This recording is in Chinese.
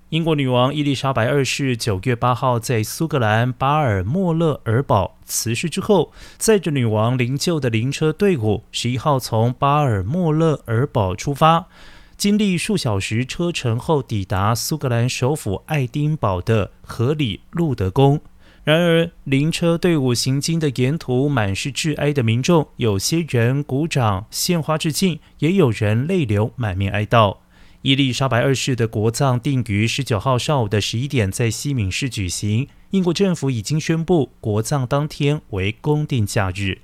英国女王伊丽莎白二世9月8号在苏格兰巴尔莫勒尔堡辞世之后，载着女王灵柩的灵车队伍11号从巴尔莫勒尔堡出发，经历数小时车程后抵达苏格兰首府爱丁堡的荷里路德宫。然而，灵车队伍行经的沿途满是致哀的民众，有些人鼓掌献花致敬，也有人泪流满面哀悼。伊丽莎白二世的国葬定于19号上午的11点在西敏市举行。英国政府已经宣布国葬当天为公定假日。